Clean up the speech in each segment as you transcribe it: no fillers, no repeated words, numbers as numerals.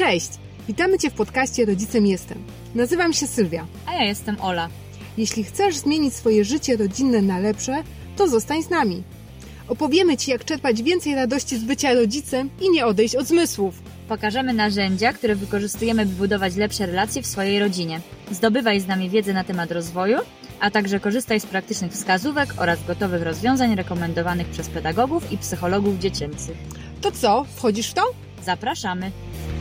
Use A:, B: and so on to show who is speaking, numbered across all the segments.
A: Cześć! Witamy Cię w podcaście Rodzicem Jestem. Nazywam się Sylwia.
B: A ja jestem Ola.
A: Jeśli chcesz zmienić swoje życie rodzinne na lepsze, to zostań z nami. Opowiemy Ci, jak czerpać więcej radości z bycia rodzicem i nie odejść od zmysłów.
B: Pokażemy narzędzia, które wykorzystujemy, by budować lepsze relacje w swojej rodzinie. Zdobywaj z nami wiedzę na temat rozwoju, a także korzystaj z praktycznych wskazówek oraz gotowych rozwiązań rekomendowanych przez pedagogów i psychologów dziecięcych.
A: To co, wchodzisz w to?
B: Zapraszamy!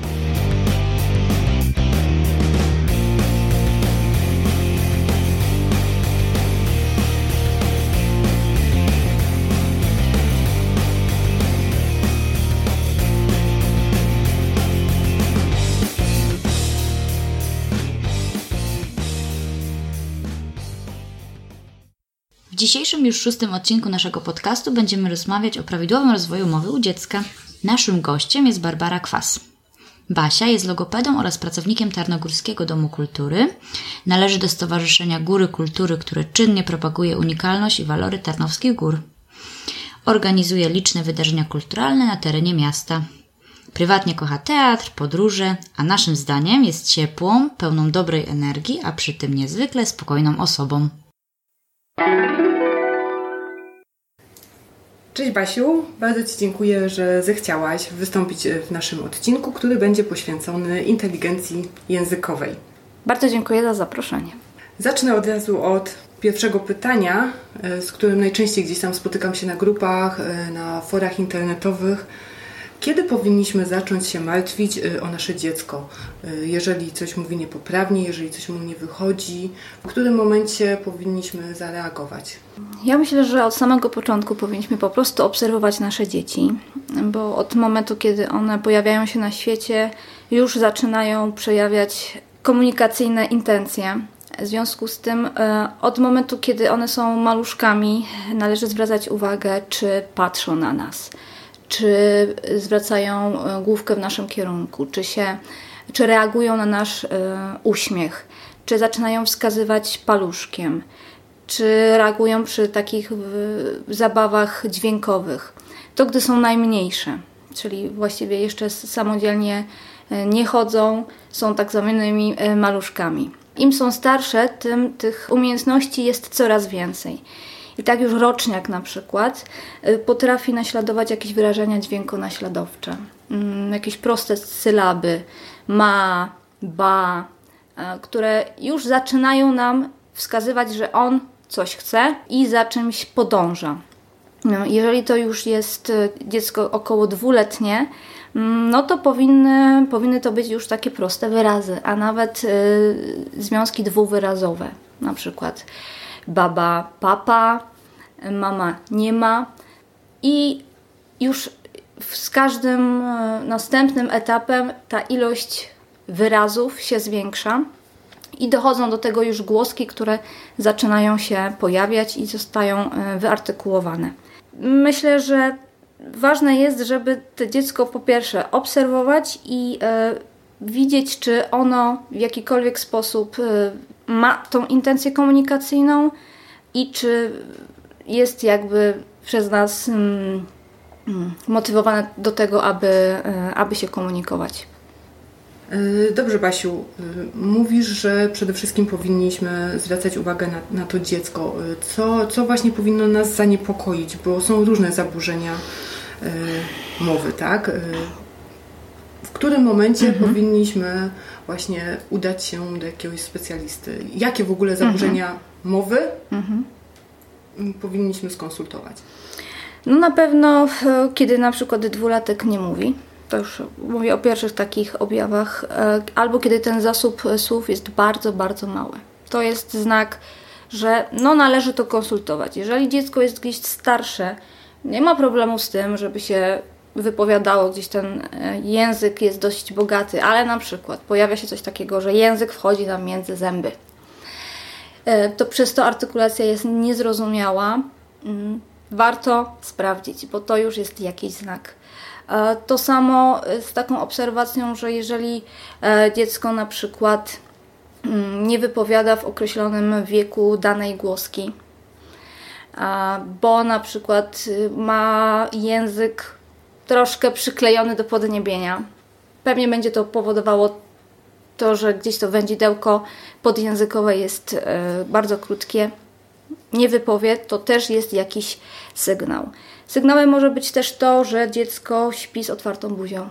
B: W dzisiejszym już 6. odcinku naszego podcastu będziemy rozmawiać o prawidłowym rozwoju mowy u dziecka. Naszym gościem jest Barbara Kwas. Basia jest logopedą oraz pracownikiem Tarnogórskiego Domu Kultury. Należy do Stowarzyszenia Góry Kultury, które czynnie propaguje unikalność i walory Tarnowskich Gór. Organizuje liczne wydarzenia kulturalne na terenie miasta. Prywatnie kocha teatr, podróże, a naszym zdaniem jest ciepłą, pełną dobrej energii, a przy tym niezwykle spokojną osobą.
A: Cześć Basiu, bardzo Ci dziękuję, że zechciałaś wystąpić w naszym odcinku, który będzie poświęcony inteligencji językowej.
C: Bardzo dziękuję za zaproszenie.
A: Zacznę od razu od pierwszego pytania, z którym najczęściej gdzieś tam spotykam się na grupach, na forach internetowych. Kiedy powinniśmy zacząć się martwić o nasze dziecko? Jeżeli coś mówi niepoprawnie, jeżeli coś mu nie wychodzi, w którym momencie powinniśmy zareagować?
C: Ja myślę, że od samego początku powinniśmy po prostu obserwować nasze dzieci, bo od momentu, kiedy one pojawiają się na świecie, już zaczynają przejawiać komunikacyjne intencje. W związku z tym od momentu, kiedy one są maluszkami, należy zwracać uwagę, czy patrzą na nas, czy zwracają główkę w naszym kierunku, czy reagują na nasz uśmiech, czy zaczynają wskazywać paluszkiem, czy reagują przy takich zabawach dźwiękowych. To gdy są najmniejsze, czyli właściwie jeszcze samodzielnie nie chodzą, są tak zwanymi maluszkami. Im są starsze, tym tych umiejętności jest coraz więcej. I tak już roczniak na przykład potrafi naśladować jakieś wyrażenia dźwiękonaśladowcze, jakieś proste sylaby, ma, ba, które już zaczynają nam wskazywać, że on coś chce i za czymś podąża. Jeżeli to już jest dziecko około 2-letnie, no to powinny to być już takie proste wyrazy, a nawet związki dwuwyrazowe, na przykład baba, papa, mama, nie ma. I już z każdym następnym etapem ta ilość wyrazów się zwiększa i dochodzą do tego już głoski, które zaczynają się pojawiać i zostają wyartykułowane. Myślę, że ważne jest, żeby to dziecko po pierwsze obserwować i widzieć, czy ono w jakikolwiek sposób ma tą intencję komunikacyjną i czy jest jakby przez nas motywowane do tego, aby się komunikować.
A: Dobrze, Basiu, mówisz, że przede wszystkim powinniśmy zwracać uwagę na to dziecko. Co właśnie powinno nas zaniepokoić, bo są różne zaburzenia mowy, tak? W którym momencie powinniśmy właśnie udać się do jakiegoś specjalisty? Jakie w ogóle zaburzenia mowy powinniśmy skonsultować?
C: No na pewno, kiedy na przykład 2-latek nie mówi, to już mówię o pierwszych takich objawach, albo kiedy ten zasób słów jest bardzo, bardzo mały. To jest znak, że należy to konsultować. Jeżeli dziecko jest gdzieś starsze, nie ma problemu z tym, żeby się wypowiadało, gdzieś ten język jest dość bogaty, ale na przykład pojawia się coś takiego, że język wchodzi nam między zęby. To przez to artykulacja jest niezrozumiała. Warto sprawdzić, bo to już jest jakiś znak. To samo z taką obserwacją, że jeżeli dziecko na przykład nie wypowiada w określonym wieku danej głoski, bo na przykład ma język troszkę przyklejony do podniebienia, pewnie będzie to powodowało to, że gdzieś to wędzidełko podjęzykowe jest bardzo krótkie, nie wypowie, to też jest jakiś sygnał. Sygnałem może być też to, że dziecko śpi z otwartą buzią.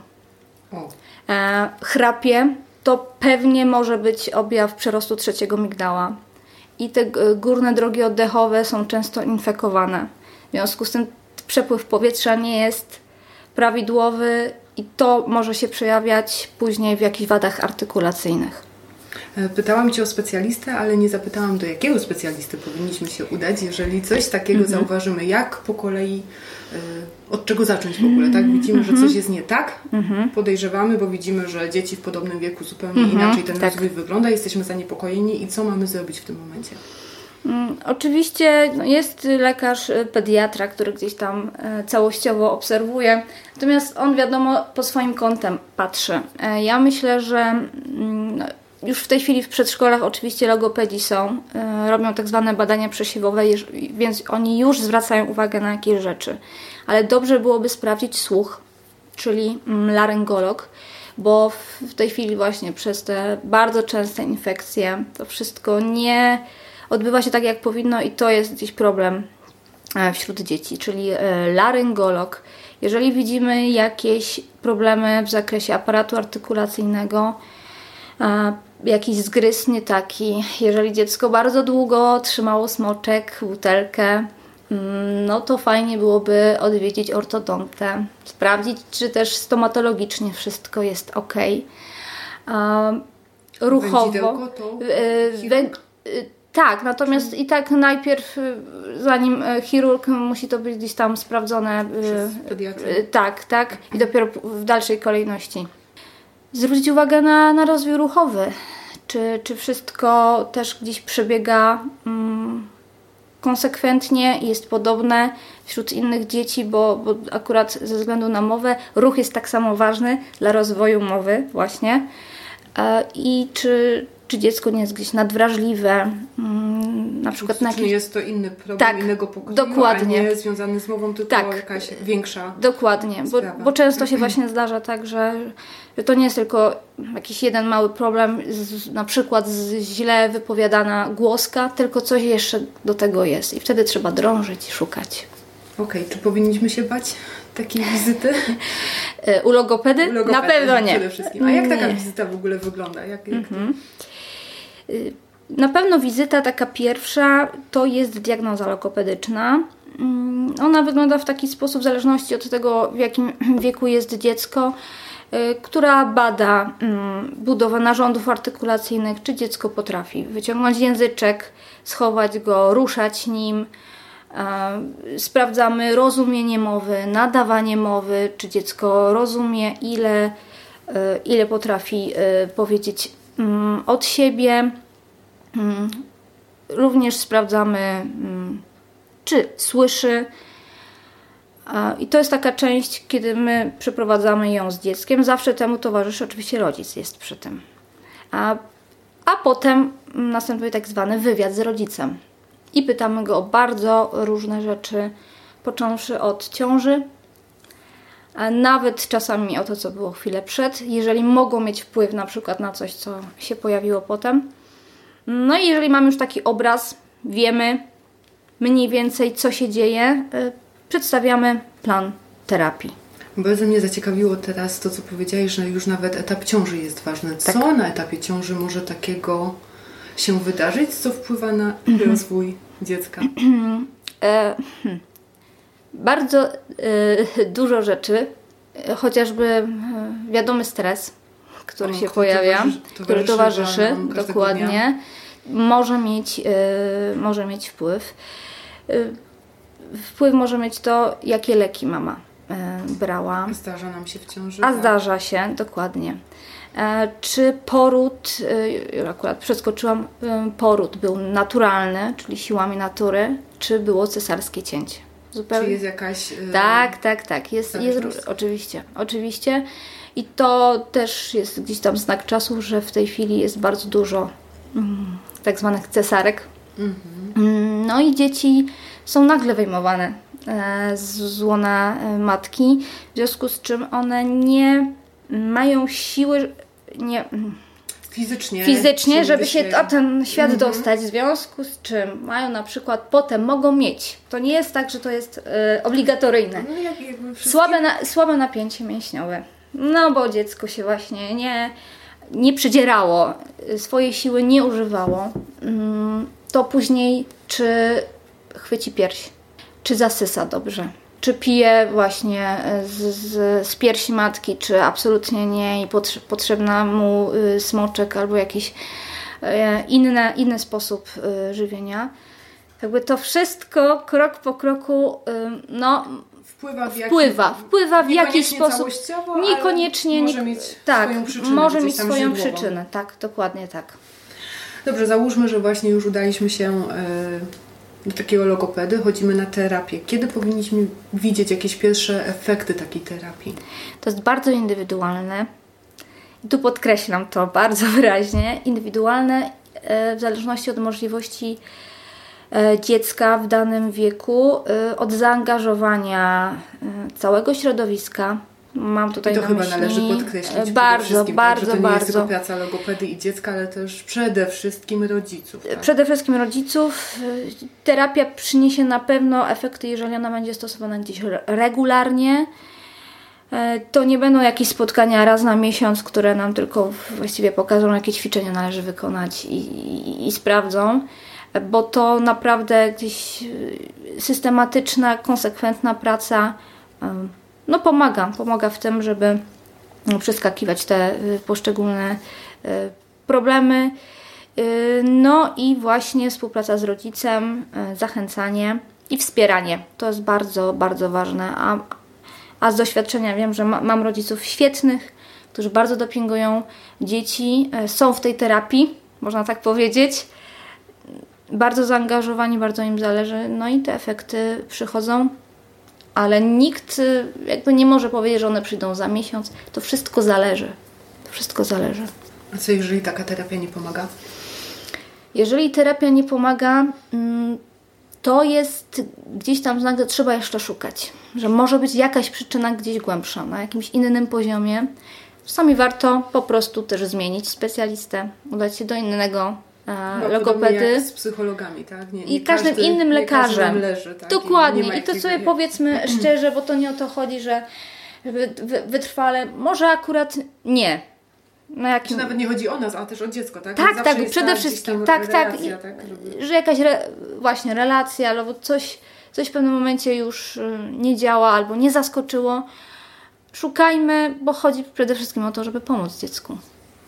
C: Chrapie, to pewnie może być objaw przerostu trzeciego migdała. I te górne drogi oddechowe są często infekowane. W związku z tym przepływ powietrza nie jest prawidłowy i to może się przejawiać później w jakichś wadach artykulacyjnych.
A: Pytałam Cię o specjalistę, ale nie zapytałam, do jakiego specjalisty powinniśmy się udać, jeżeli coś takiego zauważymy. Jak po kolei, od czego zacząć w ogóle, tak? Widzimy, że coś jest nie tak, podejrzewamy, bo widzimy, że dzieci w podobnym wieku zupełnie inaczej ten rozwój wygląda, jesteśmy zaniepokojeni i co mamy zrobić w tym momencie?
C: Oczywiście jest lekarz pediatra, który gdzieś tam całościowo obserwuje, natomiast on wiadomo pod swoim kątem patrzy. Ja myślę, że już w tej chwili w przedszkolach oczywiście logopedzi są, robią tak zwane badania przesiewowe, więc oni już zwracają uwagę na jakieś rzeczy. Ale dobrze byłoby sprawdzić słuch, czyli laryngolog, bo w tej chwili właśnie przez te bardzo częste infekcje to wszystko nie odbywa się tak, jak powinno i to jest gdzieś problem wśród dzieci, czyli laryngolog. Jeżeli widzimy jakieś problemy w zakresie aparatu artykulacyjnego, jakiś zgryz nie taki, jeżeli dziecko bardzo długo trzymało smoczek, butelkę, no to fajnie byłoby odwiedzić ortodontę, sprawdzić, czy też stomatologicznie wszystko jest ok. Ruchowo. Tak, natomiast i tak najpierw, zanim chirurg, musi to być gdzieś tam sprawdzone.
A: Przez pediatrę.
C: Tak. I dopiero w dalszej kolejności. Zwrócić uwagę na rozwój ruchowy. Czy wszystko też gdzieś przebiega konsekwentnie i jest podobne wśród innych dzieci, bo akurat ze względu na mowę ruch jest tak samo ważny dla rozwoju mowy właśnie. I czy dziecko nie jest gdzieś nadwrażliwe, na przykład na
A: jakieś... jest to inny problem, innego pokroju,
C: dokładnie.
A: a nie związany z mową, tylko jakaś większa
C: Dokładnie, bo często się właśnie zdarza tak, że to nie jest tylko jakiś jeden mały problem, na przykład źle wypowiadana głoska, tylko coś jeszcze do tego jest i wtedy trzeba drążyć i szukać.
A: Okej, czy powinniśmy się bać takiej wizyty?
C: U logopedy? Na pewno nie.
A: Przede wszystkim. A jak taka wizyta w ogóle wygląda?
C: Na pewno wizyta taka pierwsza to jest diagnoza logopedyczna. Ona wygląda w taki sposób w zależności od tego, w jakim wieku jest dziecko, która bada budowę narządów artykulacyjnych, czy dziecko potrafi wyciągnąć języczek, schować go, ruszać nim. Sprawdzamy rozumienie mowy, nadawanie mowy, czy dziecko rozumie, ile potrafi powiedzieć od siebie. Również sprawdzamy, czy słyszy. I to jest taka część, kiedy my przeprowadzamy ją z dzieckiem. Zawsze temu towarzyszy oczywiście rodzic, jest przy tym. A potem następuje tak zwany wywiad z rodzicem. I pytamy go o bardzo różne rzeczy, począwszy od ciąży, a nawet czasami o to, co było chwilę przed, jeżeli mogą mieć wpływ na przykład na coś, co się pojawiło potem. No i jeżeli mamy już taki obraz, wiemy mniej więcej, co się dzieje, przedstawiamy plan terapii.
A: Bardzo mnie zaciekawiło teraz to, co powiedziałeś, że już nawet etap ciąży jest ważny. Co na etapie ciąży może takiego się wydarzyć, co wpływa na rozwój dziecka?
C: Bardzo dużo rzeczy, chociażby wiadomy stres, który się pojawia, który towarzyszy, dokładnie, może mieć wpływ. Wpływ może mieć to, jakie leki mama brała.
A: Zdarza nam się w ciąży.
C: Zdarza się, dokładnie. Czy poród, akurat przeskoczyłam, poród był naturalny, czyli siłami natury, czy było cesarskie cięcie?
A: Czy jest jakaś...
C: Tak. Jest oczywiście. I to też jest gdzieś tam znak czasu, że w tej chwili jest bardzo dużo tak zwanych cesarek. No i dzieci są nagle wyjmowane z łona matki, w związku z czym one nie mają siły
A: fizycznie
C: żeby się o ten świat dostać, w związku z czym mają na przykład potem, mogą mieć, to nie jest tak, że to jest obligatoryjne, słabe napięcie mięśniowe, no bo dziecko się właśnie nie przydzierało, swojej siły nie używało, to później czy chwyci pierś, czy zasysa dobrze, czy pije właśnie z piersi matki, czy absolutnie nie i potrzebna mu smoczek albo jakiś inny sposób żywienia. Jakby to wszystko krok po kroku wpływa w jakiś sposób. Niekoniecznie
A: może mieć swoją przyczynę.
C: Może mieć swoją przyczynę. Tak, dokładnie tak.
A: Dobrze, załóżmy, że właśnie już udaliśmy się do takiego logopedy, chodzimy na terapię. Kiedy powinniśmy widzieć jakieś pierwsze efekty takiej terapii?
C: To jest bardzo indywidualne. I tu podkreślam to bardzo wyraźnie. Indywidualne w zależności od możliwości dziecka w danym wieku, od zaangażowania całego środowiska. Mam tutaj
A: I to
C: na
A: chyba
C: myśli
A: należy podkreślić
C: bardzo.
A: To nie jest tylko praca logopedy i dziecka, ale też przede wszystkim rodziców. Tak?
C: Przede wszystkim rodziców. Terapia przyniesie na pewno efekty, jeżeli ona będzie stosowana gdzieś regularnie. To nie będą jakieś spotkania raz na miesiąc, które nam tylko właściwie pokażą, jakie ćwiczenia należy wykonać i sprawdzą, bo to naprawdę gdzieś systematyczna, konsekwentna praca pomaga w tym, żeby przeskakiwać te poszczególne problemy. No i właśnie współpraca z rodzicem, zachęcanie i wspieranie. To jest bardzo, bardzo ważne. A z doświadczenia wiem, że mam rodziców świetnych, którzy bardzo dopingują dzieci, są w tej terapii, można tak powiedzieć. Bardzo zaangażowani, bardzo im zależy, no i te efekty przychodzą, ale nikt nie może powiedzieć, że one przyjdą za miesiąc. To wszystko zależy.
A: A co jeżeli taka terapia nie pomaga?
C: Jeżeli terapia nie pomaga, to jest gdzieś tam znak, że trzeba jeszcze szukać. Że może być jakaś przyczyna gdzieś głębsza, na jakimś innym poziomie. Czasami warto po prostu też zmienić specjalistę, udać się do innego logopedy.
A: Jak z psychologami, tak?
C: I każdym innym lekarzem.
A: Leży, tak?
C: Dokładnie. I to sobie powiedzmy szczerze, bo to nie o to chodzi, że wytrwale, może akurat nie.
A: Czy nawet nie chodzi o nas, ale też o dziecko, tak?
C: Tak, przede wszystkim.
A: Relacja,
C: że jakaś właśnie relacja albo coś w pewnym momencie już nie działa albo nie zaskoczyło. Szukajmy, bo chodzi przede wszystkim o to, żeby pomóc dziecku.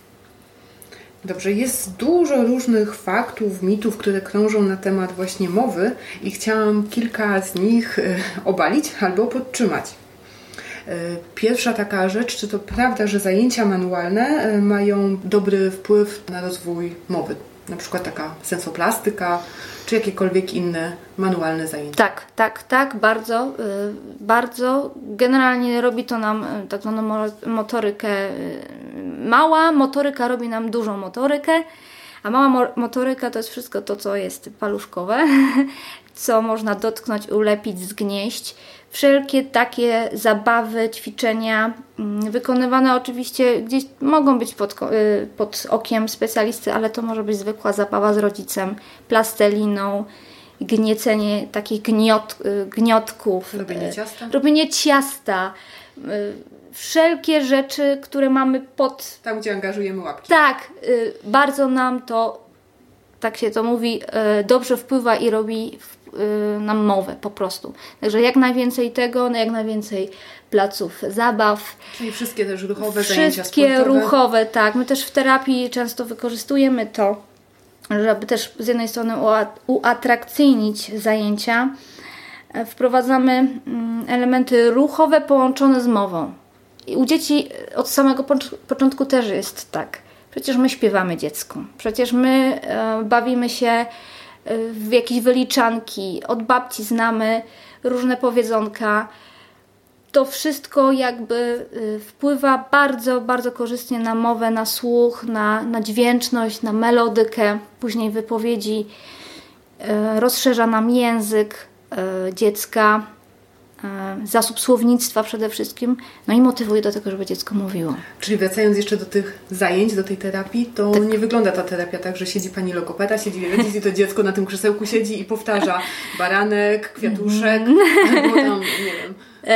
A: Dobrze, jest dużo różnych faktów, mitów, które krążą na temat właśnie mowy i chciałam kilka z nich obalić albo podtrzymać. Pierwsza taka rzecz, czy to prawda, że zajęcia manualne mają dobry wpływ na rozwój mowy? Na przykład taka sensoplastyka, czy jakiekolwiek inne manualne zajęcia?
C: Tak, bardzo, bardzo. Generalnie robi to nam tak zwaną motorykę. Mała motoryka robi nam dużą motorykę, a mała motoryka to jest wszystko to, co jest paluszkowe, co można dotknąć, ulepić, zgnieść. Wszelkie takie zabawy, ćwiczenia wykonywane oczywiście gdzieś mogą być pod okiem specjalisty, ale to może być zwykła zabawa z rodzicem, plasteliną, gniecenie takich gniotków, robienie ciasta, wszelkie rzeczy, które mamy
A: tam, gdzie angażujemy łapki.
C: Tak, bardzo nam to, tak się to mówi, dobrze wpływa i robi nam mowę po prostu. Także jak najwięcej tego, jak najwięcej placów zabaw.
A: Czyli wszystkie też ruchowe zajęcia sportowe.
C: Wszystkie ruchowe, tak. My też w terapii często wykorzystujemy to, żeby też z jednej strony uatrakcyjnić zajęcia. Wprowadzamy elementy ruchowe połączone z mową. I u dzieci od samego początku też jest tak. Przecież my śpiewamy dziecku. Przecież my bawimy się w jakieś wyliczanki. Od babci znamy różne powiedzonka. To wszystko jakby wpływa bardzo, bardzo korzystnie na mowę, na słuch, na dźwięczność, na melodykę, później wypowiedzi. Rozszerza nam język dziecka. zasób słownictwa przede wszystkim, no i motywuje do tego, żeby dziecko mówiło.
A: Czyli wracając jeszcze do tych zajęć, do tej terapii, to nie wygląda ta terapia tak, że siedzi pani logopeda, siedzi rodzic i to dziecko na tym krzesełku siedzi i powtarza baranek, kwiatuszek, albo tam, nie wiem.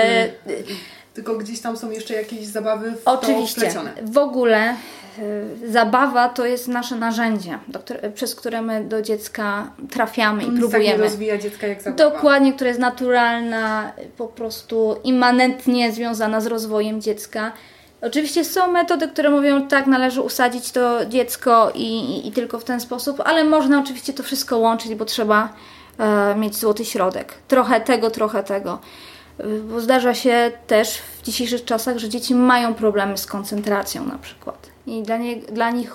A: Tylko gdzieś tam są jeszcze jakieś zabawy w
C: Oczywiście.
A: to wplecione.
C: W ogóle zabawa to jest nasze narzędzie, przez które my do dziecka trafiamy i próbujemy.
A: Tak nie rozwija dziecka jak zabawa.
C: Dokładnie, która jest naturalna, po prostu immanentnie związana z rozwojem dziecka. Oczywiście są metody, które mówią, tak, należy usadzić to dziecko i tylko w ten sposób, ale można oczywiście to wszystko łączyć, bo trzeba mieć złoty środek. Trochę tego. Bo zdarza się też w dzisiejszych czasach, że dzieci mają problemy z koncentracją na przykład. I dla nich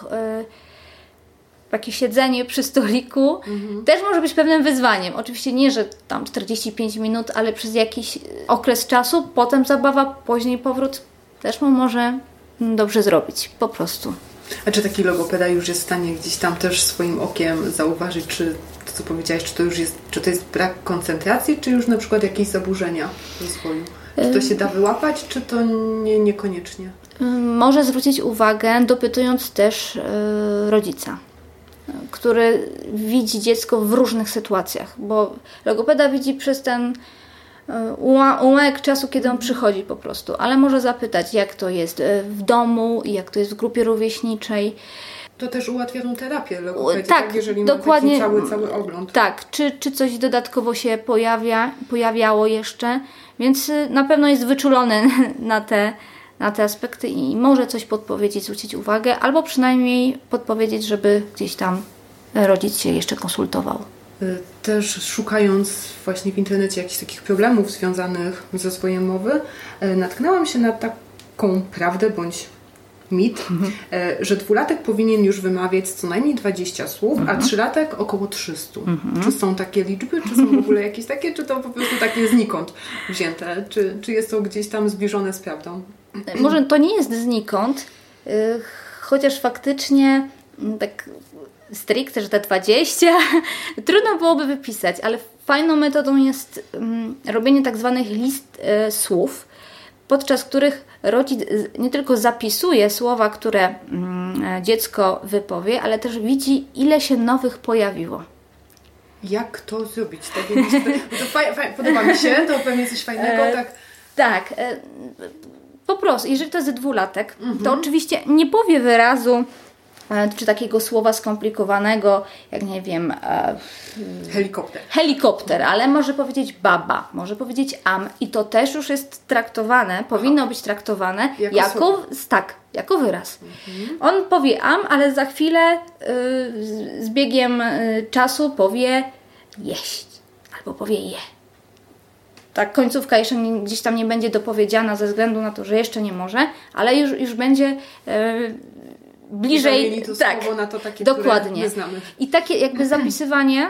C: takie siedzenie przy stoliku też może być pewnym wyzwaniem. Oczywiście nie, że tam 45 minut, ale przez jakiś okres czasu, potem zabawa, później powrót też mu może dobrze zrobić, po prostu.
A: A czy taki logopeda już jest w stanie gdzieś tam też swoim okiem zauważyć, czy to, co powiedziałaś, czy to jest brak koncentracji, czy już na przykład jakieś zaburzenia rozwoju? Czy to się da wyłapać, czy to niekoniecznie?
C: Może zwrócić uwagę, dopytując też rodzica, który widzi dziecko w różnych sytuacjach, bo logopeda widzi przez ten ułamek czasu, kiedy on przychodzi po prostu, ale może zapytać, jak to jest w domu, jak to jest w grupie rówieśniczej.
A: To też ułatwia tą terapię logopedii,
C: tak,
A: jeżeli
C: dokładnie,
A: ma taki cały ogląd.
C: Tak, czy coś dodatkowo się pojawiało jeszcze, więc na pewno jest wyczulony na te aspekty i może coś podpowiedzieć, zwrócić uwagę, albo przynajmniej podpowiedzieć, żeby gdzieś tam rodzic się jeszcze konsultował.
A: Też szukając właśnie w internecie jakichś takich problemów związanych z rozwojem mowy, natknęłam się na taką prawdę bądź mit, że 2-latek powinien już wymawiać co najmniej 20 słów, a 3-latek około 300. Czy są takie liczby, czy są w ogóle jakieś takie, czy to po prostu takie znikąd wzięte? Czy jest to gdzieś tam zbliżone z prawdą?
C: Może to nie jest znikąd, chociaż faktycznie tak stricte, że te 20 trudno byłoby wypisać, ale fajną metodą jest robienie tak zwanych list słów, podczas których rodzic nie tylko zapisuje słowa, które dziecko wypowie, ale też widzi, ile się nowych pojawiło.
A: Jak to zrobić? Podoba mi się, to pewnie coś fajnego.
C: Tak. Po prostu, jeżeli to jest 2-latek, to oczywiście nie powie wyrazu czy takiego słowa skomplikowanego, jak nie wiem... Helikopter, ale może powiedzieć baba, może powiedzieć am i to też już jest traktowane, powinno być traktowane jako wyraz. On powie am, ale za chwilę z biegiem czasu powie jeść albo powie je. Tak, końcówka jeszcze gdzieś tam nie będzie dopowiedziana ze względu na to, że jeszcze nie może, ale już będzie bliżej.
A: To słowo na to takie,
C: dokładnie.
A: Które my znamy.
C: I takie jakby zapisywanie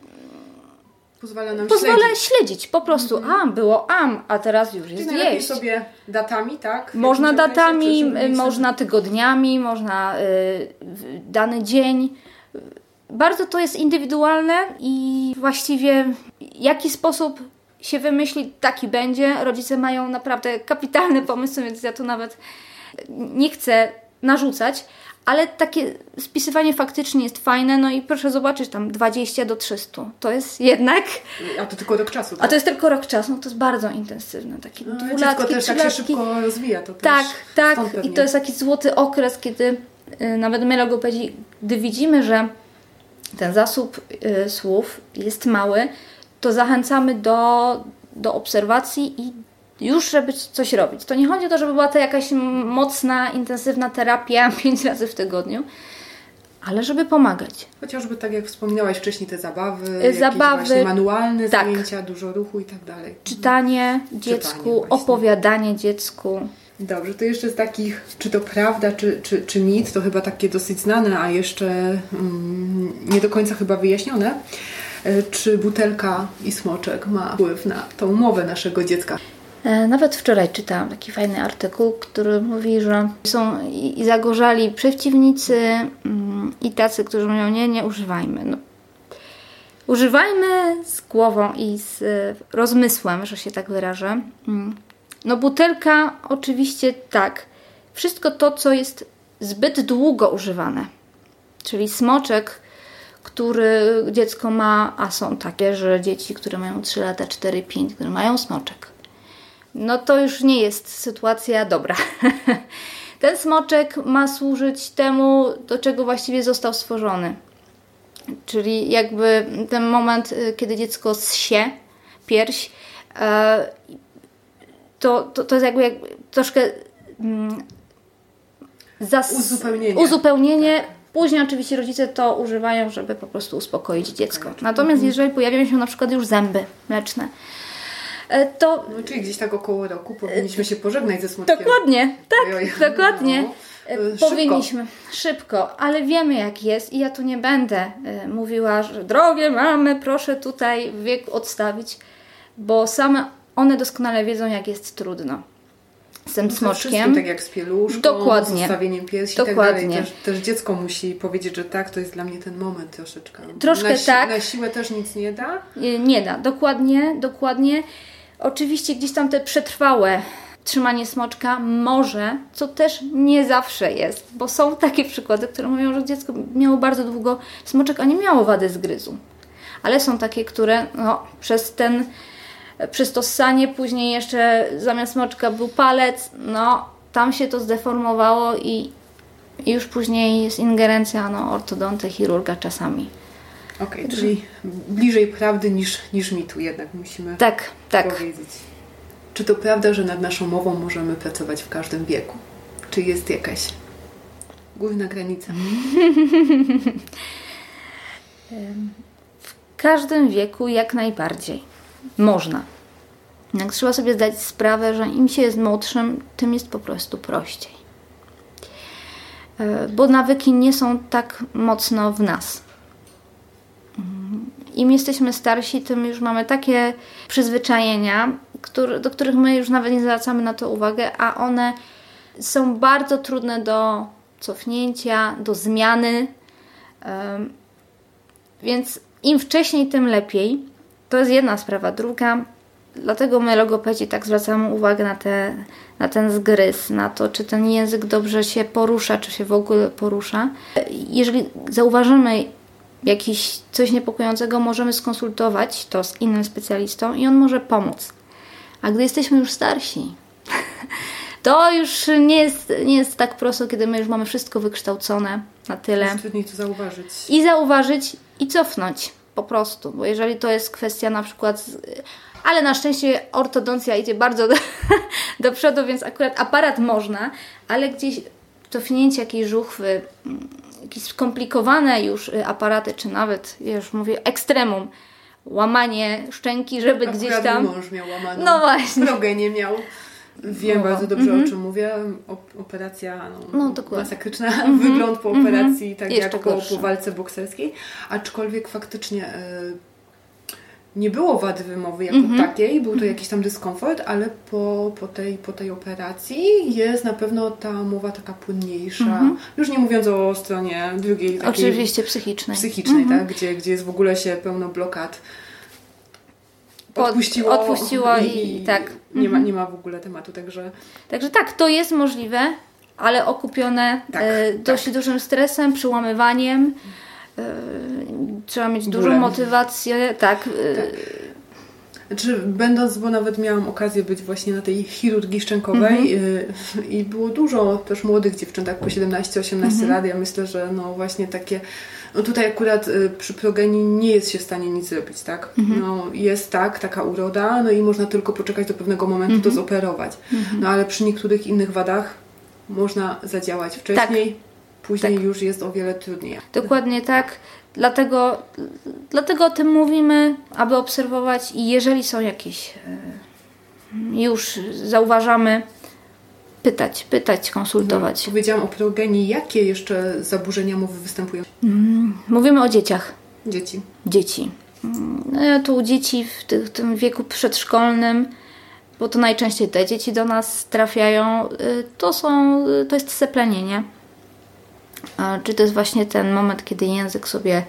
C: pozwala śledzić. Po prostu było am, a teraz już jest
A: czyli
C: jeść.
A: sobie datami, tak?
C: Można datami, można tygodniami, można dany dzień. Bardzo to jest indywidualne i właściwie w jaki sposób się wymyśli, taki będzie. Rodzice mają naprawdę kapitalne pomysły, więc ja tu nawet nie chcę narzucać, ale takie spisywanie faktycznie jest fajne, no i proszę zobaczyć, tam 20 do 300. To jest jednak...
A: A to tylko rok czasu, tak?
C: A to jest tylko rok czasu, no to jest bardzo intensywne. Takie 2-latki,
A: dziecko też tak się szybko rozwija. To
C: tak.
A: I
C: to jest taki złoty okres, kiedy nawet my logopedzi, gdy widzimy, że ten zasób słów jest mały, to zachęcamy do obserwacji i już, żeby coś robić. To nie chodzi o to, żeby była to jakaś mocna, intensywna terapia 5 razy w tygodniu, ale żeby pomagać.
A: Chociażby tak jak wspominałaś wcześniej, te zabawy, właśnie manualne zajęcia, dużo ruchu i tak dalej.
C: Czytanie dziecku, opowiadanie dziecku.
A: Dobrze, to jeszcze z takich, czy to prawda, czy mit, to chyba takie dosyć znane, a jeszcze nie do końca chyba wyjaśnione. Czy butelka i smoczek ma wpływ na tą mowę naszego dziecka?
C: Nawet wczoraj czytałam taki fajny artykuł, który mówi, że są i zagorzali przeciwnicy i tacy, którzy mówią, nie używajmy. No. Używajmy z głową i z rozmysłem, że się tak wyrażę. No butelka oczywiście tak. Wszystko to, co jest zbyt długo używane. Czyli smoczek, który dziecko ma, a są takie, że dzieci, które mają 3 lata, 4, 5, które mają smoczek. No to już nie jest sytuacja dobra. Ten smoczek ma służyć temu, do czego właściwie został stworzony. Czyli jakby ten moment, kiedy dziecko zsie pierś, to jest jakby troszkę uzupełnienie. Tak. Później oczywiście rodzice to używają, żeby po prostu uspokoić dziecko. Natomiast jeżeli pojawiają się na przykład już zęby mleczne, to...
A: No, czyli gdzieś tak około roku powinniśmy się pożegnać ze smoczkiem.
C: Dokładnie, tak, dokładnie. No, powinniśmy szybko, ale wiemy jak jest i ja tu nie będę mówiła, że drogie mamy, proszę tutaj wiek odstawić, bo same one doskonale wiedzą jak jest trudno z tym smoczkiem.
A: Tak jak z pieluszką,
C: dokładnie.
A: Z ustawieniem piersi i tak dalej. Też dziecko musi powiedzieć, że tak, to jest dla mnie ten moment troszeczkę.
C: Troszkę tak.
A: Na siłę też nic nie da?
C: Nie da, dokładnie. Oczywiście gdzieś tam te przetrwałe trzymanie smoczka może, co też nie zawsze jest, bo są takie przykłady, które mówią, że dziecko miało bardzo długo smoczek, a nie miało wady zgryzu. Ale są takie, które przez to ssanie później jeszcze zamiast smoczka był palec, tam się to zdeformowało i już później jest ingerencja ortodonty, chirurga czasami.
A: Okej, czyli bliżej prawdy niż mitu jednak musimy powiedzieć. Czy to prawda, że nad naszą mową możemy pracować w każdym wieku? Czy jest jakaś górna granica?
C: W każdym wieku jak najbardziej. Można. Jednak trzeba sobie zdać sprawę, że im się jest młodszym, tym jest po prostu prościej. Bo nawyki nie są tak mocno w nas. Im jesteśmy starsi, tym już mamy takie przyzwyczajenia, do których my już nawet nie zwracamy na to uwagę, a one są bardzo trudne do cofnięcia, do zmiany. Więc im wcześniej, tym lepiej. To jest jedna sprawa. Druga, dlatego my logopedzi tak zwracamy uwagę na ten zgryz, na to, czy ten język dobrze się porusza, czy się w ogóle porusza. Jeżeli zauważymy coś niepokojącego, możemy skonsultować to z innym specjalistą i on może pomóc. A gdy jesteśmy już starsi, to już nie jest tak prosto, kiedy my już mamy wszystko wykształcone na tyle.
A: Jest trudniej to zauważyć.
C: I zauważyć i cofnąć po prostu, bo jeżeli to jest kwestia na przykład... Ale na szczęście ortodoncja idzie bardzo do przodu, więc akurat aparat można, ale gdzieś cofnięcie jakiejś żuchwy, jakieś skomplikowane już aparaty, czy nawet, ja już mówię, ekstremum, łamanie szczęki, żeby
A: akurat
C: gdzieś tam...
A: mąż miał łamaną.
C: No właśnie.
A: Drogę nie miał. Wiem bardzo dobrze, o czym mówię. Operacja masakryczna, wygląd po operacji, tak jak po walce bokserskiej. Aczkolwiek faktycznie nie było wady wymowy jako takiej, był to jakiś tam dyskomfort, ale po tej operacji jest na pewno ta mowa taka płynniejsza. Już nie mówiąc o stronie drugiej, takiej
C: oczywiście psychicznej,
A: tak? Gdzie jest w ogóle się pełno blokad. Odpuściło i tak. Nie ma w ogóle tematu, także
C: tak, to jest możliwe, ale okupione dość dużym stresem, przyłamywaniem. Trzeba mieć dużą motywację. Tak.
A: Znaczy, bo nawet miałam okazję być właśnie na tej chirurgii szczękowej i było dużo też młodych dziewczyn, tak po 17-18 lat. Ja myślę, że właśnie takie... No tutaj akurat przy progenii nie jest się w stanie nic zrobić, tak? Jest taka uroda, i można tylko poczekać do pewnego momentu, to zoperować. Ale przy niektórych innych wadach można zadziałać wcześniej, później już jest o wiele trudniej.
C: Dokładnie tak. Dlatego o tym mówimy, aby obserwować i jeżeli są jakieś już zauważamy, pytać, konsultować.
A: Powiedziałam o progenii. Jakie jeszcze zaburzenia mowy występują?
C: Mówimy o dzieciach.
A: Dzieci.
C: Tu u dzieci w tym wieku przedszkolnym, bo to najczęściej te dzieci do nas trafiają, to jest seplenienie. Czy to jest właśnie ten moment, kiedy język sobie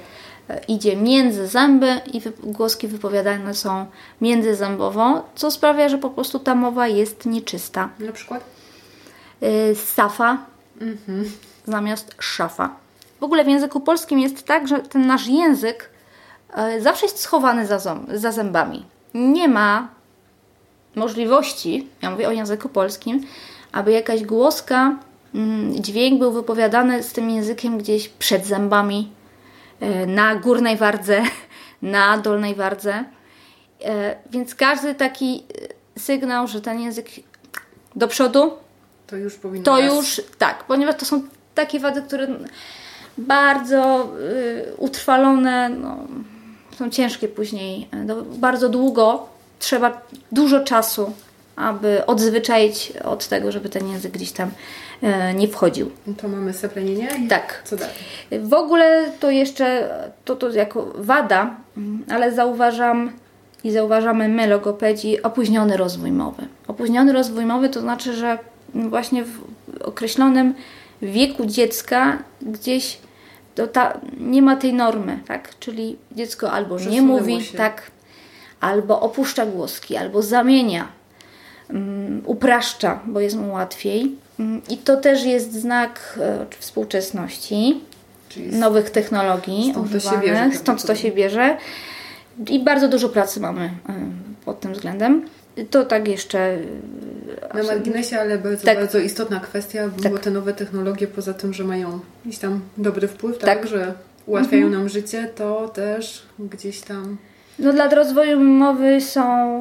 C: idzie między zęby i głoski wypowiadane są międzyzębowo, co sprawia, że po prostu ta mowa jest nieczysta.
A: Na przykład?
C: Safa zamiast szafa. W ogóle w języku polskim jest tak, że ten nasz język zawsze jest schowany za zębami. Nie ma możliwości, ja mówię o języku polskim, aby jakaś głoska, dźwięk był wypowiadany z tym językiem gdzieś przed zębami, na górnej wardze, na dolnej wardze. Więc każdy taki sygnał, że ten język do przodu,
A: to już powinno
C: to już tak, ponieważ to są takie wady, które bardzo utrwalone, są ciężkie później, bardzo długo, trzeba dużo czasu, aby odzwyczaić od tego, żeby ten język gdzieś tam nie wchodził.
A: To mamy seplenienie?
C: Tak.
A: Co dalej?
C: W ogóle to jeszcze, to jako wada, ale zauważamy my, logopedzi, opóźniony rozwój mowy. Opóźniony rozwój mowy to znaczy, że właśnie w określonym wieku dziecka gdzieś nie ma tej normy, tak? Czyli dziecko albo nie mówi, tak, albo opuszcza głoski, albo zamienia, upraszcza, bo jest mu łatwiej. I to też jest znak współczesności, czyli nowych technologii używanych, stąd to się bierze. I bardzo dużo pracy mamy pod tym względem. To tak jeszcze...
A: Na marginesie, ale bardzo istotna kwestia, bo te nowe technologie, poza tym, że mają gdzieś tam dobry wpływ, tak, że ułatwiają nam życie, to też gdzieś tam...
C: Dla rozwoju mowy są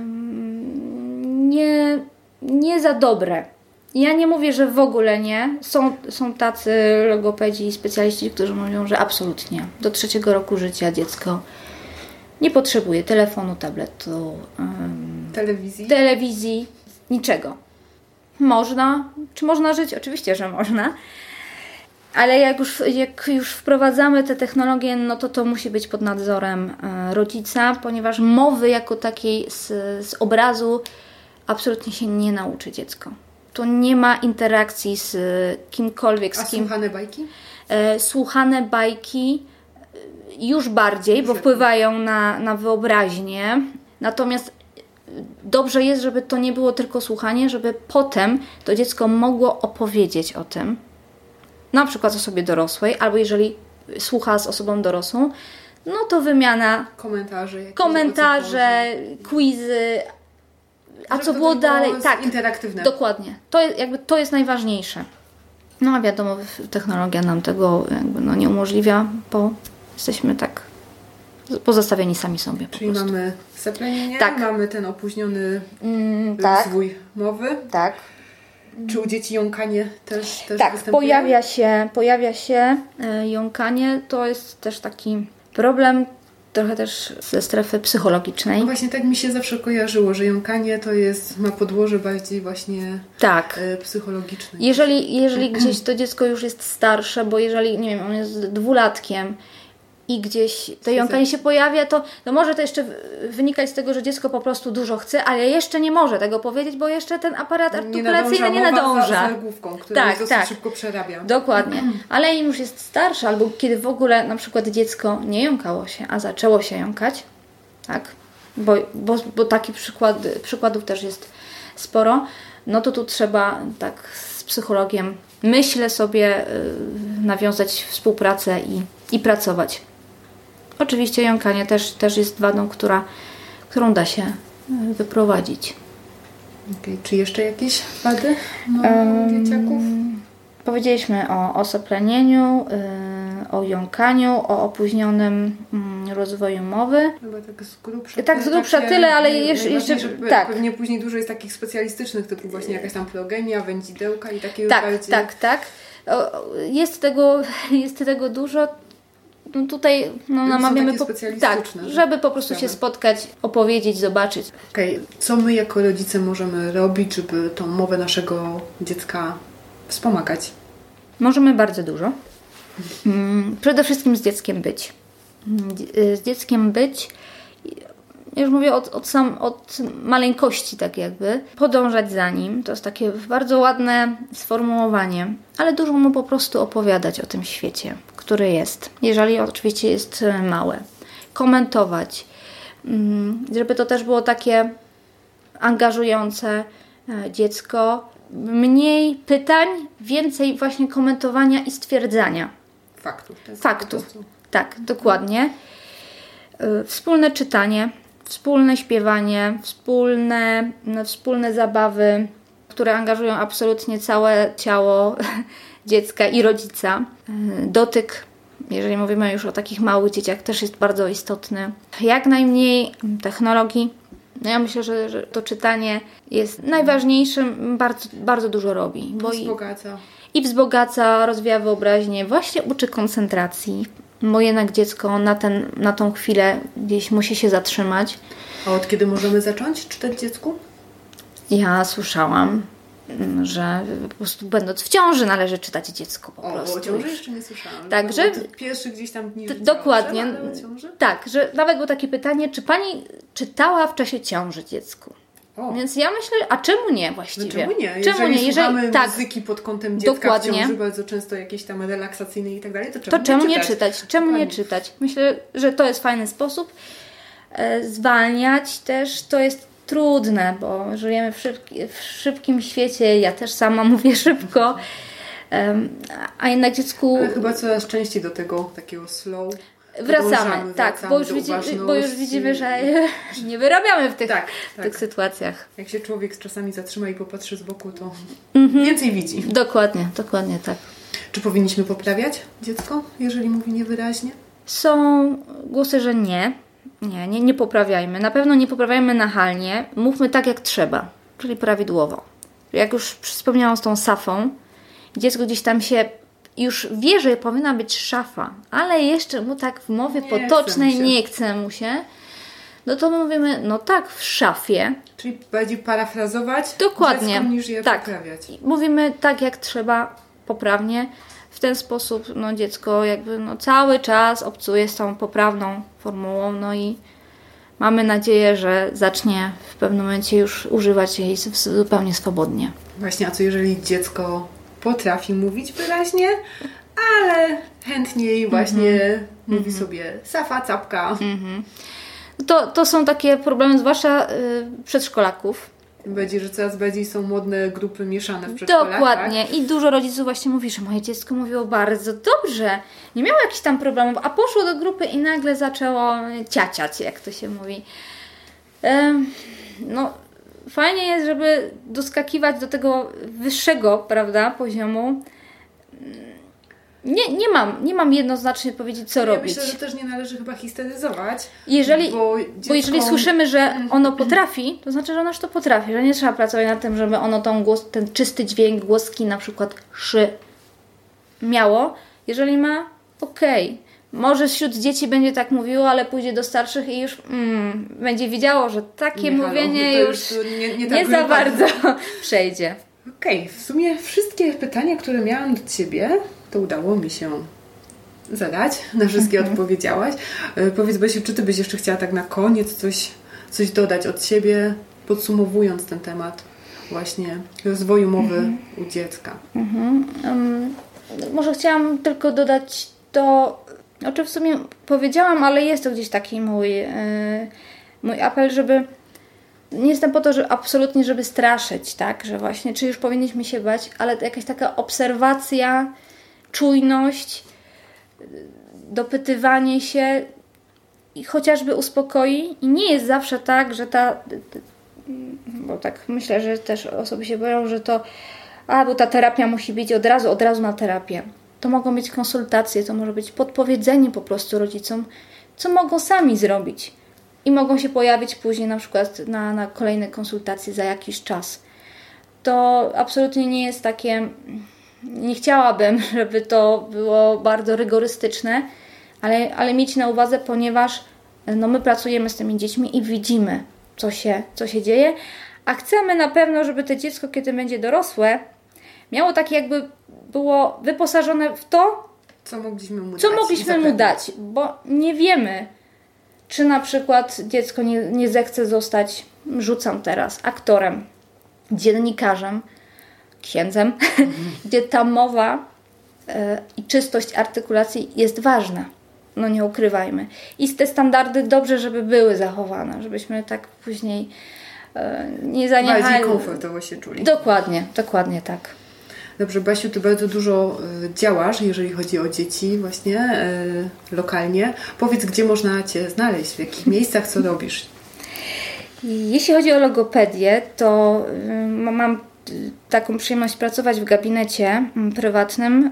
C: nie za dobre. Ja nie mówię, że w ogóle nie. Są tacy logopedzi i specjaliści, którzy mówią, że absolutnie. Do 3 roku życia dziecko nie potrzebuje telefonu, tabletu, telewizji, niczego. Czy można żyć? Oczywiście, że można. Ale jak już wprowadzamy te technologie, to musi być pod nadzorem rodzica, ponieważ mowy jako takiej z obrazu absolutnie się nie nauczy dziecko. Tu nie ma interakcji z kimkolwiek, z kim.
A: A słuchane bajki?
C: Słuchane bajki już bardziej, bo wpływają na wyobraźnię. Natomiast dobrze jest, żeby to nie było tylko słuchanie, żeby potem to dziecko mogło opowiedzieć o tym. Na przykład osobie dorosłej, albo jeżeli słucha z osobą dorosłą, to wymiana komentarze, quizy, a co było dalej? Tak,
A: interaktywne.
C: Dokładnie. To jest najważniejsze. A wiadomo, technologia nam tego nie umożliwia, bo jesteśmy tak pozostawieni sami sobie.
A: Czyli mamy seplenienie, mamy ten opóźniony rozwój mowy.
C: Tak.
A: Czy u dzieci jąkanie też
C: występuje? Pojawia się jąkanie. To jest też taki problem trochę też ze strefy psychologicznej.
A: Właśnie tak mi się zawsze kojarzyło, że jąkanie ma podłoże bardziej właśnie psychologiczne.
C: Jeżeli gdzieś to dziecko już jest starsze, bo jeżeli, nie wiem, on jest 2-latkiem i gdzieś to jąkanie się pojawia, to może to jeszcze wynikać z tego, że dziecko po prostu dużo chce, ale jeszcze nie może tego powiedzieć, bo jeszcze ten aparat artykulacyjny nie nadąża.
A: Za główką, która dosyć szybko przerabia.
C: Dokładnie. Ale im już jest starsze, albo kiedy w ogóle na przykład dziecko nie jąkało się, a zaczęło się jąkać, tak? Bo takich przykładów też jest sporo, to tu trzeba tak z psychologiem, myślę sobie, nawiązać współpracę i pracować. Oczywiście jąkanie też jest wadą, którą da się wyprowadzić.
A: Okay. Czy jeszcze jakieś wady dzieciaków?
C: Powiedzieliśmy o seplenieniu, o jąkaniu, o opóźnionym rozwoju mowy.
A: Chyba tak z grubsza
C: tyle, ale jeszcze
A: tak. Pewnie później dużo jest takich specjalistycznych, typu właśnie jakaś tam plogenia, wędzidełka i takie bardziej...
C: Tak. Jest tego dużo. Tutaj namawiamy żeby po prostu się spotkać, opowiedzieć, zobaczyć.
A: Okej. Co my jako rodzice możemy robić, żeby tą mowę naszego dziecka wspomagać?
C: Możemy bardzo dużo. Przede wszystkim z dzieckiem być. Z dzieckiem być, ja już mówię od maleńkości tak jakby, podążać za nim. To jest takie bardzo ładne sformułowanie, ale dużo mu po prostu opowiadać o tym świecie, które jest, jeżeli oczywiście jest małe. Komentować, żeby to też było takie angażujące dziecko. Mniej pytań, więcej właśnie komentowania i stwierdzania. Faktów. Tak, dokładnie. Wspólne czytanie, wspólne śpiewanie, wspólne zabawy, które angażują absolutnie całe ciało dziecka i rodzica. Dotyk, jeżeli mówimy już o takich małych dzieciach, też jest bardzo istotny. Jak najmniej technologii. No ja myślę, że to czytanie jest najważniejszym, bardzo, bardzo dużo robi. Bo i wzbogaca, rozwija wyobraźnię, właśnie uczy koncentracji, bo jednak dziecko na tą chwilę gdzieś musi się zatrzymać.
A: A od kiedy możemy zacząć czytać dziecku?
C: Ja słyszałam, że po prostu będąc w ciąży należy czytać dziecku po prostu.
A: O ciąży jeszcze nie słyszałam.
C: Także
A: pierwszy gdzieś tam dni
C: dokładnie.
A: Ciąży?
C: Tak, że nawet było takie pytanie, czy pani czytała w czasie ciąży dziecku? Więc ja myślę, a czemu nie właściwie?
A: No czemu nie?
C: Jeżeli
A: słuchamy muzyki pod kątem dziecka
C: dokładnie.
A: w ciąży, bardzo często jakieś tam relaksacyjne i tak dalej, to
C: czemu nie czytać? Czemu nie czytać? Myślę, że to jest fajny sposób. Zwalniać też to jest trudne, bo żyjemy w szybkim świecie. Ja też sama mówię szybko. A jednak dziecku...
A: Ale chyba coraz częściej do tego takiego slow...
C: Wracamy, bo już widzimy, że nie wyrabiamy w tych sytuacjach.
A: Jak się człowiek czasami zatrzyma i popatrzy z boku, to więcej widzi.
C: Dokładnie tak.
A: Czy powinniśmy poprawiać dziecko, jeżeli mówi niewyraźnie?
C: Są głosy, że nie poprawiajmy. Na pewno nie poprawiajmy nachalnie. Mówmy tak, jak trzeba, czyli prawidłowo. Jak już wspomniałam z tą safą, dziecko gdzieś tam się już wie, że powinna być szafa, ale jeszcze mu tak w mowie potocznej nie chce mu się, no to my mówimy, no tak, w szafie.
A: Czyli bardziej parafrazować
C: dokładnie
A: dziecko, niż je poprawiać.
C: Mówimy tak, jak trzeba, poprawnie. W ten sposób dziecko jakby cały czas obcuje z tą poprawną formułą, i mamy nadzieję, że zacznie w pewnym momencie już używać jej zupełnie swobodnie.
A: Właśnie, a co jeżeli dziecko potrafi mówić wyraźnie, ale chętniej właśnie mówi sobie safa, capka.
C: To są takie problemy, zwłaszcza przedszkolaków.
A: Będzie, że coraz bardziej są modne grupy mieszane w przedszkolach.
C: Dokładnie.
A: Tak?
C: I dużo rodziców właśnie mówi, że moje dziecko mówiło bardzo dobrze. Nie miało jakichś tam problemów, a poszło do grupy i nagle zaczęło ciaciać, jak to się mówi. Fajnie jest, żeby doskakiwać do tego wyższego, prawda, poziomu. Nie mam jednoznacznie powiedzieć, co robić.
A: Myślę, że też nie należy chyba histeryzować.
C: Bo jeżeli słyszymy, że ono potrafi, to znaczy, że ono już to potrafi, że nie trzeba pracować nad tym, żeby ono ten czysty dźwięk, głoski, na przykład szy miało. Jeżeli ma, okej. Może wśród dzieci będzie tak mówiło, ale pójdzie do starszych i już będzie widziało, że takie mówienie już nie za bardzo przejdzie.
A: Okej, w sumie wszystkie pytania, które miałam do Ciebie, to udało mi się zadać. Na wszystkie odpowiedziałaś. Powiedz, Basiu, czy Ty byś jeszcze chciała tak na koniec coś dodać od siebie, podsumowując ten temat właśnie rozwoju mowy u dziecka?
C: Może chciałam tylko dodać to, o czym w sumie powiedziałam, ale jest to gdzieś taki mój apel, żeby nie jestem po to, że absolutnie, żeby straszyć, tak, że właśnie, czy już powinniśmy się bać, ale jakaś taka obserwacja, czujność, dopytywanie się i chociażby uspokoi. I nie jest zawsze tak, że bo tak myślę, że też osoby się boją, że bo ta terapia musi być od razu na terapię. To mogą być konsultacje, to może być podpowiedzenie po prostu rodzicom, co mogą sami zrobić. I mogą się pojawić później na przykład na kolejne konsultacje za jakiś czas. To absolutnie nie jest takie... Nie chciałabym, żeby to było bardzo rygorystyczne, ale mieć na uwadze, ponieważ my pracujemy z tymi dziećmi i widzimy, co się dzieje, a chcemy na pewno, żeby to dziecko, kiedy będzie dorosłe, miało takie jakby było wyposażone w to,
A: co mogliśmy mu
C: dać, bo nie wiemy, czy na przykład dziecko nie zechce zostać, rzucam teraz, aktorem, dziennikarzem, księdzem, gdzie ta mowa i czystość artykulacji jest ważna. No nie ukrywajmy. I te standardy dobrze, żeby były zachowane, żebyśmy tak później nie zaniechali.
A: Bardziej komfortowo się czuli.
C: Dokładnie tak.
A: Dobrze, Basiu, Ty bardzo dużo działasz, jeżeli chodzi o dzieci właśnie lokalnie. Powiedz, gdzie można Cię znaleźć, w jakich miejscach, co robisz?
C: Jeśli chodzi o logopedię, to mam taką przyjemność pracować w gabinecie prywatnym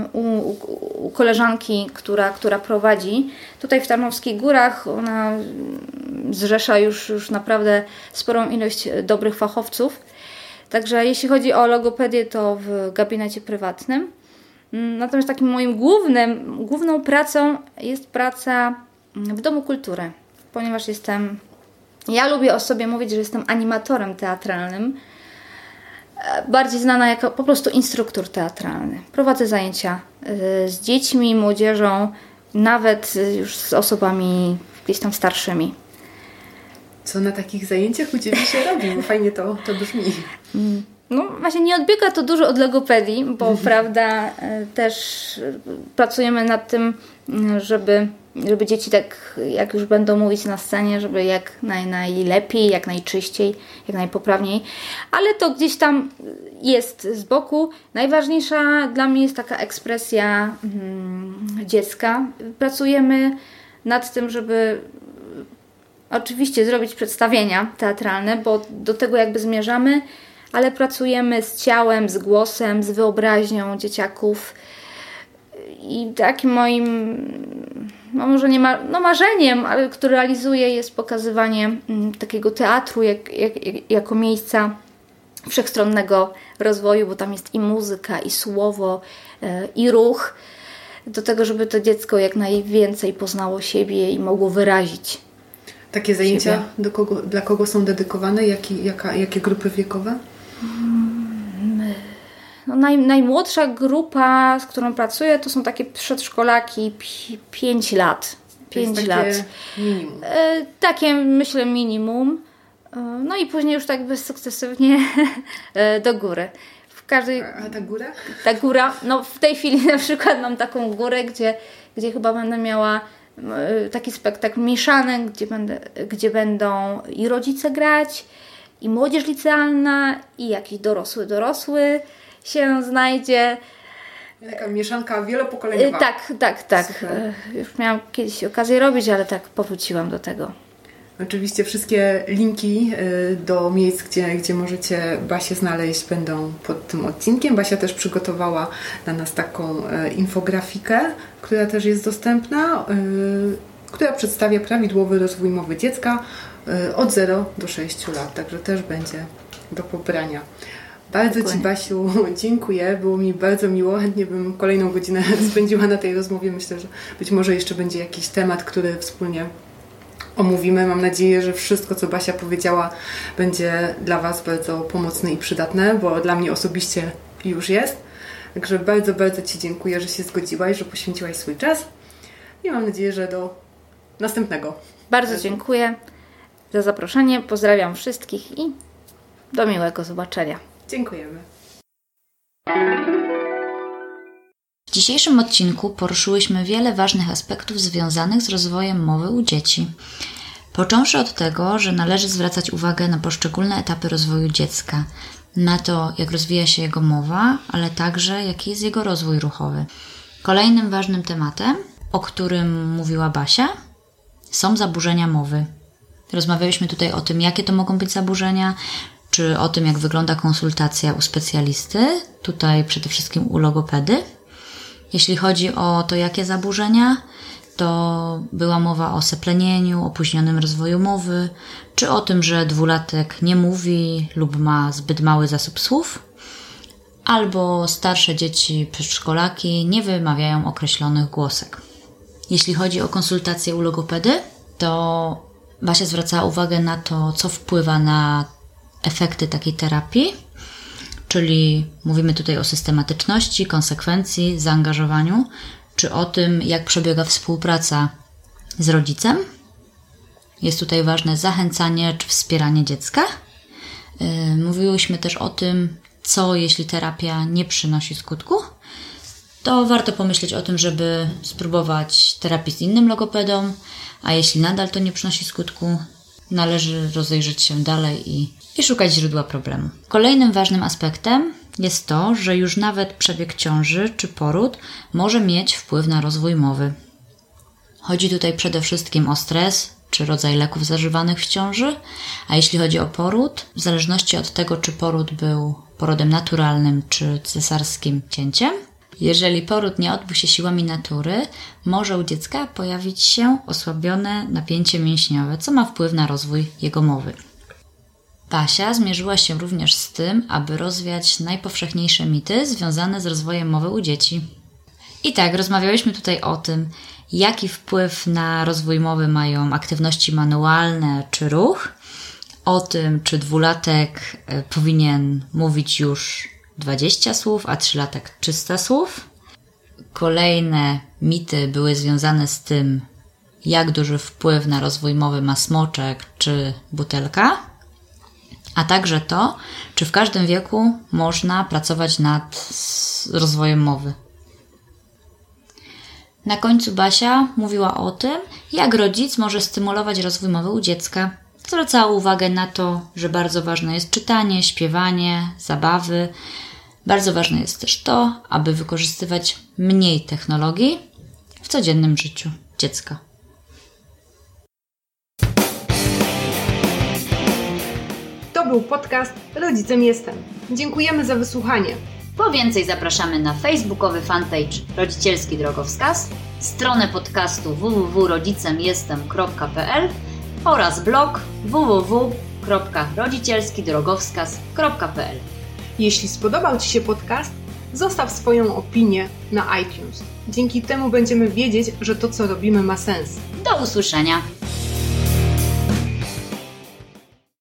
C: u koleżanki, która prowadzi. Tutaj w Tarnowskich Górach ona zrzesza już naprawdę sporą ilość dobrych fachowców. Także jeśli chodzi o logopedię, to w gabinecie prywatnym. Natomiast takim moim główną pracą jest praca w Domu Kultury, ponieważ ja lubię o sobie mówić, że jestem animatorem teatralnym, bardziej znana jako po prostu instruktor teatralny. Prowadzę zajęcia z dziećmi, młodzieżą, nawet już z osobami gdzieś tam starszymi.
A: Co na takich zajęciach u Ciebie się robi? Bo fajnie to brzmi.
C: No właśnie nie odbiega to dużo od logopedii, bo prawda, też pracujemy nad tym, żeby dzieci tak jak już będą mówić na scenie, żeby jak najlepiej, jak najczyściej, jak najpoprawniej, ale to gdzieś tam jest z boku. Najważniejsza dla mnie jest taka ekspresja dziecka. Pracujemy nad tym, żeby oczywiście zrobić przedstawienia teatralne, bo do tego jakby zmierzamy, ale pracujemy z ciałem, z głosem, z wyobraźnią dzieciaków. I takim moim, może nie marzeniem, ale które realizuję, jest pokazywanie takiego teatru jako miejsca wszechstronnego rozwoju, bo tam jest i muzyka, i słowo, i ruch, do tego, żeby to dziecko jak najwięcej poznało siebie i mogło wyrazić.
A: Takie zajęcia dla kogo są dedykowane? Jakie grupy wiekowe?
C: No, najmłodsza grupa, z którą pracuję, to są takie przedszkolaki 5 lat. 5 lat.
A: Minimum.
C: Takie myślę minimum. No i później już tak sukcesywnie do góry.
A: A ta góra?
C: Ta góra, no w tej chwili na przykład mam taką górę, gdzie chyba będę miała taki spektakl mieszany, gdzie będą i rodzice grać, i młodzież licealna, i jakiś dorosły się znajdzie.
A: Taka mieszanka wielopokoleniowa.
C: Tak. Już miałam kiedyś okazję robić, ale tak powróciłam do tego.
A: Oczywiście wszystkie linki do miejsc, gdzie możecie Basię znaleźć, będą pod tym odcinkiem. Basia też przygotowała dla nas taką infografikę, która też jest dostępna, która przedstawia prawidłowy rozwój mowy dziecka od 0 do 6 lat. Także też będzie do pobrania. Bardzo Ci, Basiu, dziękuję. Było mi bardzo miło. Chętnie bym kolejną godzinę spędziła na tej rozmowie. Myślę, że być może jeszcze będzie jakiś temat, który wspólnie omówimy. Mam nadzieję, że wszystko, co Basia powiedziała, będzie dla Was bardzo pomocne i przydatne, bo dla mnie osobiście już jest. Także bardzo, bardzo Ci dziękuję, że się zgodziłaś, że poświęciłaś swój czas i mam nadzieję, że do następnego.
C: Bardzo dziękuję za zaproszenie. Pozdrawiam wszystkich i do miłego zobaczenia.
A: Dziękujemy.
B: W dzisiejszym odcinku poruszyłyśmy wiele ważnych aspektów związanych z rozwojem mowy u dzieci. Począwszy od tego, że należy zwracać uwagę na poszczególne etapy rozwoju dziecka, na to, jak rozwija się jego mowa, ale także jaki jest jego rozwój ruchowy. Kolejnym ważnym tematem, o którym mówiła Basia, są zaburzenia mowy. Rozmawialiśmy tutaj o tym, jakie to mogą być zaburzenia, czy o tym, jak wygląda konsultacja u specjalisty, tutaj przede wszystkim u logopedy. Jeśli chodzi o to, jakie zaburzenia, to była mowa o seplenieniu, opóźnionym rozwoju mowy, czy o tym, że 2-latek nie mówi lub ma zbyt mały zasób słów, albo starsze dzieci, przedszkolaki nie wymawiają określonych głosek. Jeśli chodzi o konsultację u logopedy, to Basia zwracała uwagę na to, co wpływa na efekty takiej terapii, czyli mówimy tutaj o systematyczności, konsekwencji, zaangażowaniu, czy o tym, jak przebiega współpraca z rodzicem. Jest tutaj ważne zachęcanie czy wspieranie dziecka. Mówiłyśmy też o tym, co jeśli terapia nie przynosi skutku. to warto pomyśleć o tym, żeby spróbować terapii z innym logopedą, a jeśli nadal to nie przynosi skutku, należy rozejrzeć się dalej i szukać źródła problemu. Kolejnym ważnym aspektem jest to, że już nawet przebieg ciąży czy poród może mieć wpływ na rozwój mowy. Chodzi tutaj przede wszystkim o stres czy rodzaj leków zażywanych w ciąży, a jeśli chodzi o poród, w zależności od tego, czy poród był porodem naturalnym czy cesarskim cięciem, jeżeli poród nie odbył się siłami natury, może u dziecka pojawić się osłabione napięcie mięśniowe, co ma wpływ na rozwój jego mowy. Basia zmierzyła się również z tym, aby rozwiać najpowszechniejsze mity związane z rozwojem mowy u dzieci. I tak, rozmawiałyśmy tutaj o tym, jaki wpływ na rozwój mowy mają aktywności manualne czy ruch, o tym, czy 2-latek powinien mówić już 20 słów, a 3-latek 300 słów. Kolejne mity były związane z tym, jak duży wpływ na rozwój mowy ma smoczek czy butelka, a także to, czy w każdym wieku można pracować nad rozwojem mowy. Na końcu Basia mówiła o tym, jak rodzic może stymulować rozwój mowy u dziecka. Zwracała uwagę na to, że bardzo ważne jest czytanie, śpiewanie, zabawy. Bardzo ważne jest też to, aby wykorzystywać mniej technologii w codziennym życiu dziecka.
A: To był podcast Rodzicem Jestem. Dziękujemy za wysłuchanie.
B: Po więcej zapraszamy na facebookowy fanpage Rodzicielski Drogowskaz, stronę podcastu www.rodzicemjestem.pl oraz blog www.rodzicielskidrogowskaz.pl.
A: Jeśli spodobał Ci się podcast, zostaw swoją opinię na iTunes. Dzięki temu będziemy wiedzieć, że to, co robimy, ma sens.
B: Do usłyszenia!